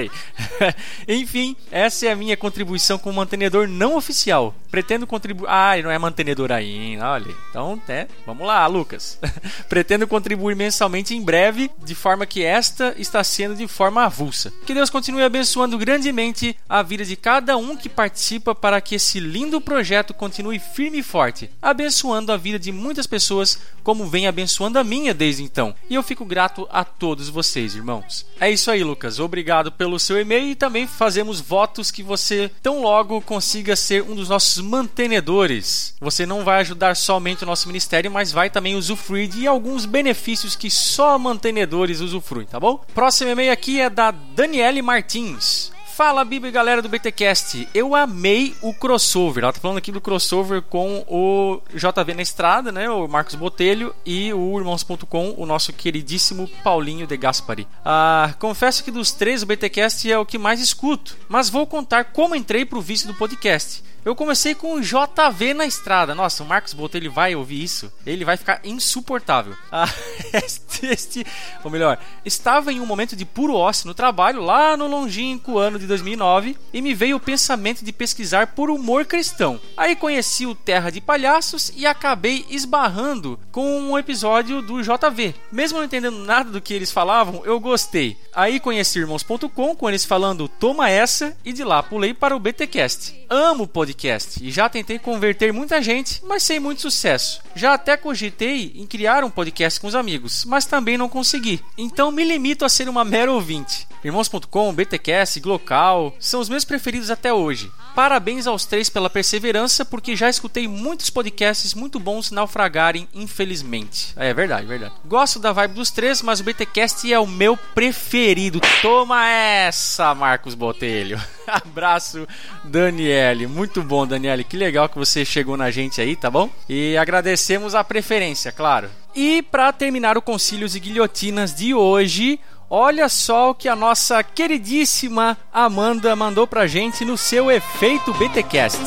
Enfim, essa é a minha contribuição como mantenedor não oficial. Pretendo contribuir... Ah, ele não é mantenedor ainda, olha. Então, é, vamos lá, Lucas. Pretendo contribuir mensalmente em breve, de forma que esta está sendo de forma avulsa. Que Deus continue abençoando grandemente a vida de cada um que participa para que esse lindo projeto continue firme e forte, abençoando a vida de muitas pessoas, como vem abençoando a minha desde então. E eu fico grato a todos vocês, irmãos. É isso aí, Lucas. Obrigado pelo seu e-mail e também fazemos votos que você tão logo consiga ser um dos nossos mantenedores. Você não vai ajudar somente o nosso ministério, mas vai também usufruir de alguns benefícios que só mantenedores usufruem, tá bom? Próximo e-mail aqui é da Daniele Martins. Fala, Bíblia e galera do B T Cast. Eu amei o crossover. Ela tá falando aqui do crossover com o J V na Estrada, né? O Marcos Botelho e o Irmãos ponto com, o nosso queridíssimo Paulinho de Gaspari. Ah, confesso que dos três o B T Cast é o que mais escuto, mas vou contar como entrei pro vício do podcast. Eu comecei com o J V na Estrada. Nossa, o Marcos Botelho vai ouvir isso. Ele vai ficar insuportável. Ah, este, este, ou melhor, estava em um momento de puro ócio no trabalho, lá no longínquo ano de dois mil e nove, e me veio o pensamento de pesquisar por humor cristão. Aí conheci o Terra de Palhaços e acabei esbarrando com um episódio do J V. Mesmo não entendendo nada do que eles falavam, eu gostei. Aí conheci Irmãos ponto com, com eles falando "toma essa", e de lá pulei para o B T Cast. Amo o podcast e já tentei converter muita gente, mas sem muito sucesso. Já até cogitei em criar um podcast com os amigos, mas também não consegui. Então me limito a ser uma mera ouvinte. Irmãos ponto com, B T Cast, Glocal são os meus preferidos até hoje. Parabéns aos três pela perseverança, porque já escutei muitos podcasts muito bons naufragarem, infelizmente. É verdade, verdade. Gosto da vibe dos três, mas o B T Cast é o meu preferido. Toma essa, Marcos Botelho. Abraço, Daniele. Muito bom, Daniele. Que legal que você chegou na gente aí, tá bom? E agradecemos a preferência, claro. E para terminar o Concílios e Guilhotinas de hoje, olha só o que a nossa queridíssima Amanda mandou pra gente no seu Efeito B T Cast.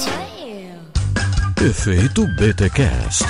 Efeito B T Cast.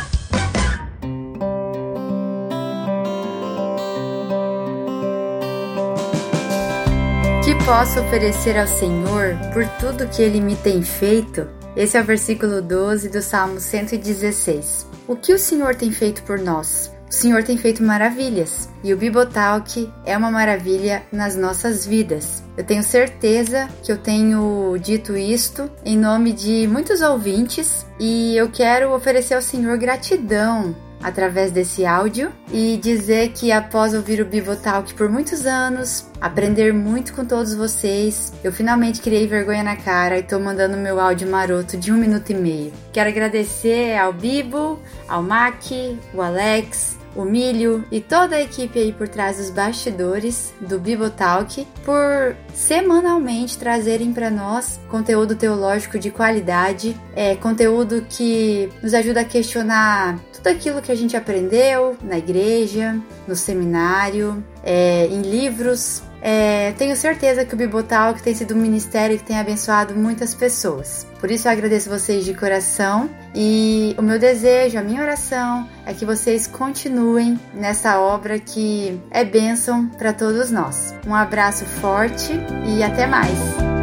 Que posso oferecer ao Senhor por tudo que Ele me tem feito? Esse é o versículo doze do Salmo cento e dezesseis. O que o Senhor tem feito por nós? O Senhor tem feito maravilhas, e o Bibotalk é uma maravilha nas nossas vidas. Eu tenho certeza que eu tenho dito isto em nome de muitos ouvintes, e eu quero oferecer ao Senhor gratidão através desse áudio e dizer que após ouvir o Bibotalk por muitos anos, aprender muito com todos vocês, eu finalmente criei vergonha na cara e tô mandando meu áudio maroto de um minuto e meio. Quero agradecer ao Bibo, ao Mac, o Alex, o Milho e toda a equipe aí por trás dos bastidores do Bibotalk por semanalmente trazerem para nós conteúdo teológico de qualidade, é, conteúdo que nos ajuda a questionar tudo aquilo que a gente aprendeu na igreja, no seminário, é, em livros. É, tenho certeza que o Bibotalk tem sido um ministério que tem abençoado muitas pessoas. Por isso eu agradeço vocês de coração e o meu desejo, a minha oração é que vocês continuem nessa obra que é bênção para todos nós. Um abraço forte e até mais!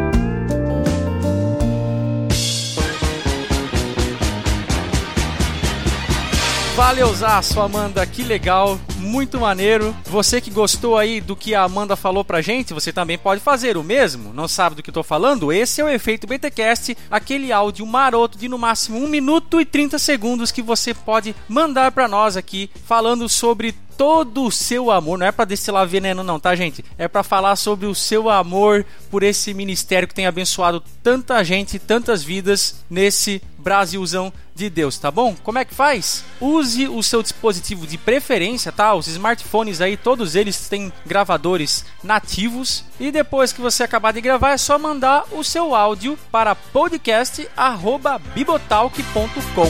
Valeuzaço, Amanda, que legal, muito maneiro. Você que gostou aí do que a Amanda falou pra gente, você também pode fazer o mesmo. Não sabe do que eu tô falando? Esse é o Efeito B T Cast, aquele áudio maroto de no máximo um minuto e trinta segundos que você pode mandar pra nós aqui, falando sobre todo o seu amor. Não é pra destilar veneno não, tá, gente? É pra falar sobre o seu amor por esse ministério que tem abençoado tanta gente, tantas vidas nesse Brasilzão de Deus, tá bom? Como é que faz? Use o seu dispositivo de preferência, tá? Os smartphones aí, todos eles têm gravadores nativos. E depois que você acabar de gravar, é só mandar o seu áudio para podcast arroba bibotalk ponto com.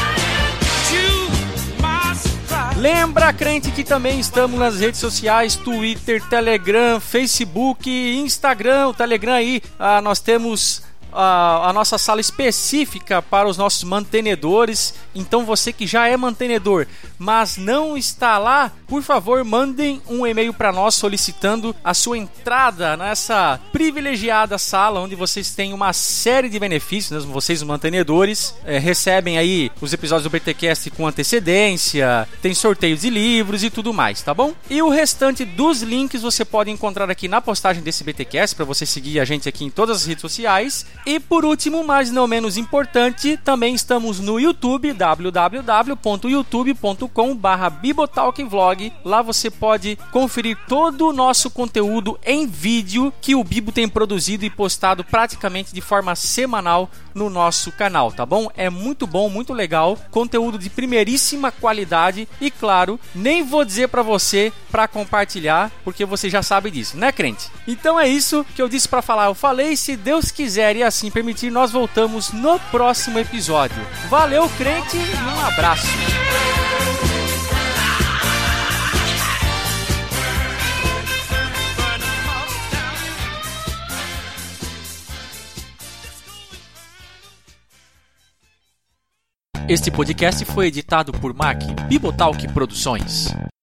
Lembra, crente, que também estamos nas redes sociais, Twitter, Telegram, Facebook, Instagram. O Telegram aí, ah, nós temos a, a nossa sala específica para os nossos mantenedores Então você que já é mantenedor, mas não está lá, por favor, mandem um e-mail para nós solicitando a sua entrada nessa privilegiada sala onde vocês têm uma série de benefícios, né? Vocês, os mantenedores, é, recebem aí os episódios do B T Cast com antecedência, tem sorteios de livros e tudo mais, tá bom? E o restante dos links você pode encontrar aqui na postagem desse B T Cast para você seguir a gente aqui em todas as redes sociais. E por último, mas não menos importante, também estamos no YouTube, w w w ponto youtube ponto com barra bibotalkvlog. Lá você pode conferir todo o nosso conteúdo em vídeo que o Bibo tem produzido e postado praticamente de forma semanal no nosso canal, tá bom? É muito bom, muito legal, conteúdo de primeiríssima qualidade e, claro, nem vou dizer pra você pra compartilhar, porque você já sabe disso, né, crente? Então é isso que eu disse pra falar, eu falei, se Deus quiser e assim permitir, nós voltamos no próximo episódio. Valeu, crente, e um abraço! Este podcast foi editado por Mac Bibotalk Produções.